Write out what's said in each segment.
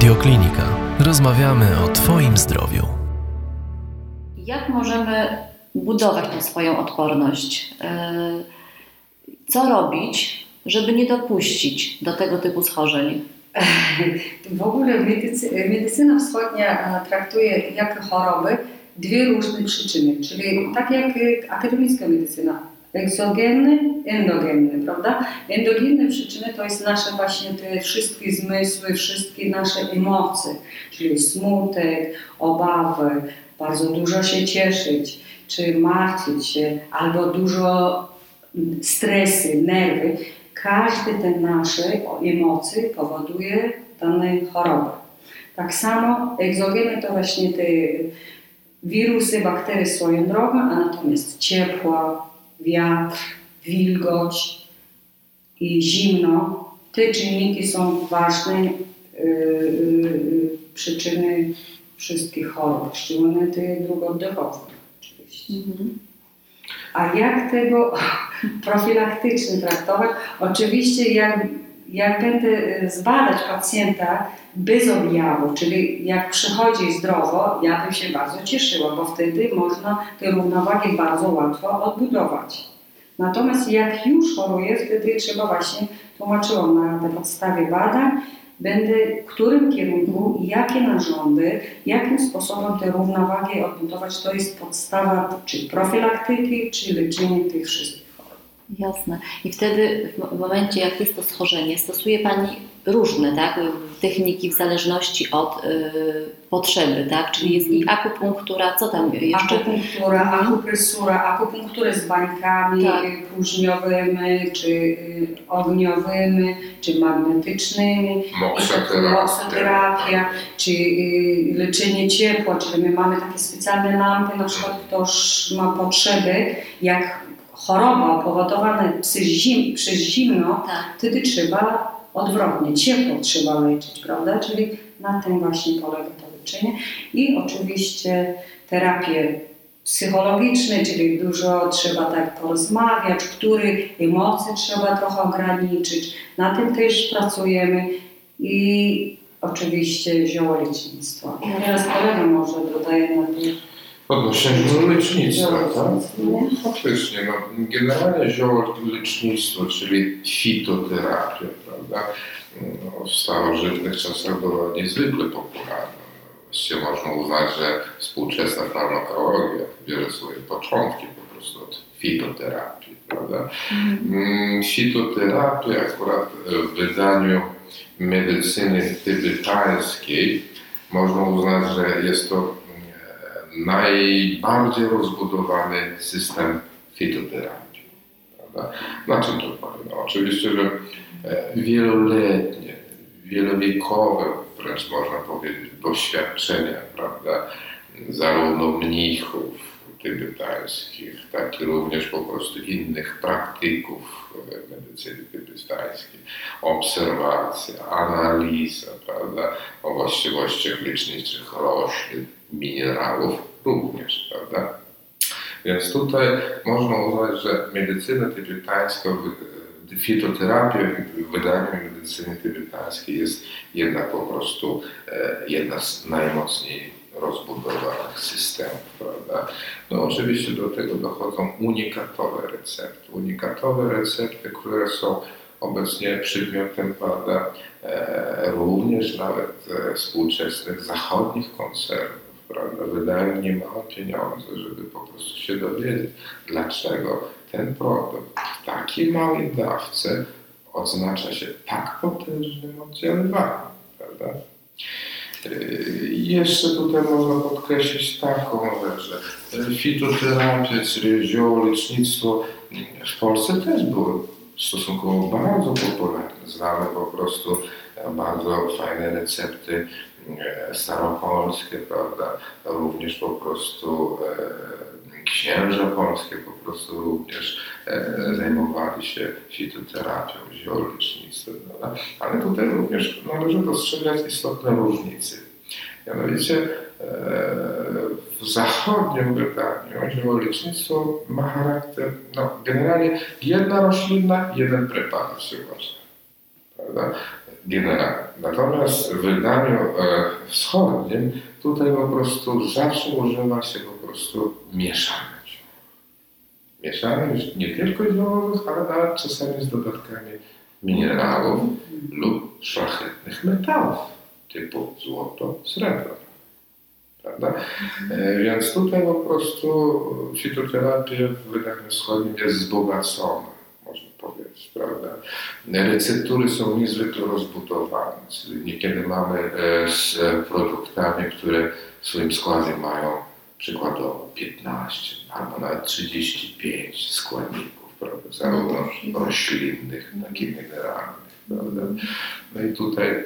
Bioklinika. Rozmawiamy o Twoim zdrowiu. Jak możemy budować tę swoją odporność? Co robić, żeby nie dopuścić do tego typu schorzeń? W ogóle medycyna wschodnia traktuje jako choroby dwie różne przyczyny, czyli tak jak akademicka medycyna, egzogenny, endogenny, prawda? Endogenne przyczyny to jest nasze właśnie te wszystkie zmysły, wszystkie nasze emocje, czyli smutek, obawy, bardzo dużo się cieszyć, czy martwić się, albo dużo stresy, nerwy. Każdy te nasze emocje powoduje dane choroby. Tak samo egzogeny to właśnie te wirusy, bakterie swoją drogą, a natomiast ciepło, wiatr, wilgoć i zimno, te czynniki są ważne przyczyny wszystkich chorób, szczególnie te drugooddechowe oczywiście. A jak tego profilaktycznie traktować? Oczywiście jak będę zbadać pacjenta bez objawów, czyli jak przychodzi zdrowo, ja bym się bardzo cieszyła, bo wtedy można te równowagi bardzo łatwo odbudować. Natomiast jak już choruje, wtedy trzeba właśnie, tłumaczyłam na podstawie badań, będę w którym kierunku, jakie narządy, jakim sposobem te równowagi odbudować, to jest podstawa czy profilaktyki, czy leczenia tych wszystkich chorób. Jasne. I wtedy w momencie, jak jest to schorzenie, stosuje Pani różne techniki w zależności od potrzeby, tak? Czyli jest i akupunktura, co tam jeszcze? Akupunktura, akupresura, akupunktura z bańkami próżniowymi, czy ogniowymi, czy magnetycznymi, moksoterapia, czy leczenie ciepła, czyli my mamy takie specjalne lampy, na przykład ktoś ma potrzeby, jak choroba powodowana przez zimno, wtedy trzeba odwrotnie, ciepło trzeba leczyć, prawda? Czyli na tym właśnie polega to leczenie. I oczywiście terapie psychologiczne, czyli dużo trzeba tak porozmawiać, które emocje trzeba trochę ograniczyć. Na tym też pracujemy i oczywiście ziołolecznictwo. Teraz kolega może dodaje na to. Odnośnie ziołolecznictwa, tak? No, faktycznie, generalnie ziołolecznictwo, czyli fitoterapia, prawda? W starożytnych czasach była niezwykle popularna. Właściwie można uznać, że współczesna farmakologia bierze swoje początki po prostu od fitoterapii, prawda? Fitoterapia akurat w wydaniu medycyny tybetańskiej można uznać, że jest to najbardziej rozbudowany system fitoterapii. Prawda? Na czym to polega? Oczywiście, że wieloletnie, wielowiekowe, wręcz można powiedzieć, doświadczenia, prawda, zarówno mnichów tybetańskich, jak i również po prostu innych praktyków medycyny tybetańskiej, obserwacja, analiza, prawda, o właściwościach leczniczych roślin, minerałów również, prawda? Więc tutaj można uznać, że medycyna tybetańska, fitoterapia w wydaniu medycyny tybetańskiej jest jednak po prostu jedna z najmocniej rozbudowanych systemów, prawda? No oczywiście do tego dochodzą unikatowe recepty, które są obecnie przedmiotem, prawda, również nawet współczesnych zachodnich koncernów, prawda, wydają niemałe pieniądze, żeby po prostu się dowiedzieć, dlaczego ten produkt w takiej małej dawce oznacza się tak potężnym oddziaływaniem, prawda? Jeszcze tutaj można podkreślić taką rzecz, że fitoterapia, czyli ziołolecznictwo w Polsce też było stosunkowo bardzo popularne. Znamy po prostu bardzo fajne recepty staropolskie, prawda? Również po prostu księża polskie po prostu również zajmowali się fitoterapią, ziołolecznictwem, prawda? Ale tutaj również należy dostrzegać istotne różnice. Mianowicie w zachodnim wydaniu ziołolecznictwo ma charakter, generalnie jedna roślina, jeden preparat się uważa, prawda? generalnie. Natomiast w wydaniu wschodnim tutaj po prostu zawsze używa się po prostu mieszanych. Mieszanych nie tylko ziołowych, ale nawet czasami z dodatkami minerałów lub szlachetnych metalów typu złoto, srebro. Prawda? Więc tutaj po prostu fitoterapia w wydaniu wschodnim jest wzbogacona, można powiedzieć, prawda? Receptury są niezwykle rozbudowane, czyli niekiedy mamy z produktami, które w swoim składzie mają przykładowo 15 albo nawet 35 składników, prawda? Zarówno roślinnych, jak i mineralnych, prawda? No i tutaj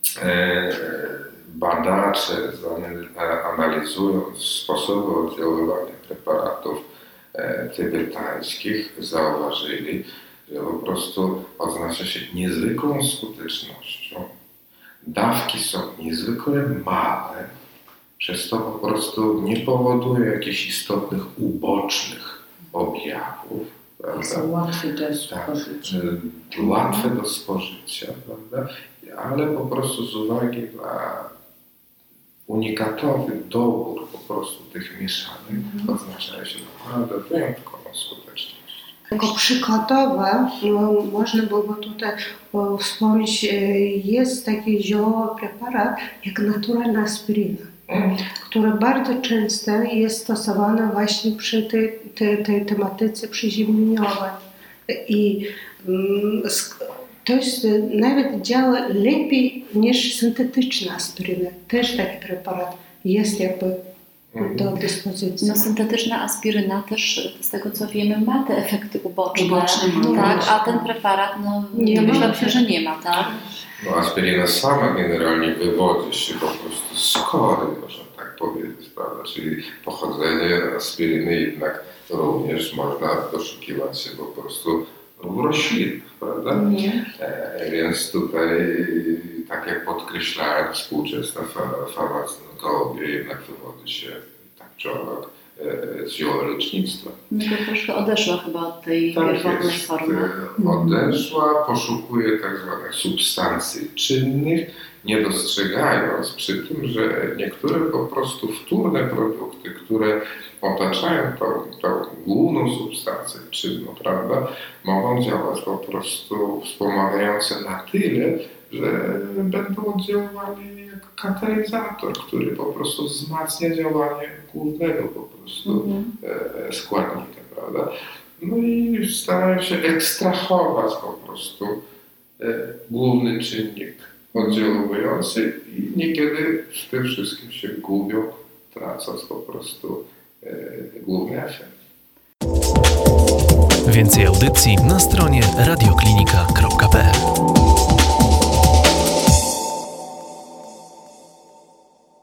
badacze analizując sposoby oddziaływania preparatów tybetańskich zauważyli, że po prostu odznacza się niezwykłą skutecznością. Dawki są niezwykle małe, przez to po prostu nie powoduje jakichś istotnych ubocznych objawów. Są łatwe do spożycia. Łatwe do spożycia, prawda? Ale po prostu z uwagi na unikatowy dobór po prostu tych mieszanych oznaczają się naprawdę wyjątkową skuteczność. Jako przykładowe można byłoby tutaj wspomnieć, jest taki ziołowy preparat jak naturalna aspiryna, który bardzo często jest stosowany właśnie przy tej tematyce przeziębieniowej. I to jest, nawet działa lepiej niż syntetyczna aspiryna. Też taki preparat jest jakby do dyspozycji. No, syntetyczna aspiryna też, z tego co wiemy, ma te efekty uboczne, No tak, właśnie. a ten preparat, no Nie domyślam ma. się, że nie ma, tak? No, aspiryna sama generalnie wywodzi się po prostu z kory, można tak powiedzieć, prawda? Czyli pochodzenie aspiryny jednak również można doszukiwać się po prostu w roślinach, prawda? Więc tutaj, tak jak podkreślałem, współczesna farmakologia jednak wywodzi się tak czy owak z zioła lecznictwa. No to troszkę odeszła chyba od tej Tak pierwotnej jest, formy. odeszła, poszukuje tak zwanych substancji czynnych, nie dostrzegając przy tym, że niektóre po prostu wtórne produkty, które otaczają tą główną substancję czynną, prawda, mogą działać po prostu wspomagające na tyle, że będą oddziaływali jak katalizator, który po prostu wzmacnia działanie głównego po prostu składnika, prawda. No i starają się ekstrahować po prostu główny czynnik oddziałujący i niekiedy w tym wszystkim się gubią, tracąc po prostu główny efekt. Więcej audycji na stronie radioklinika.pl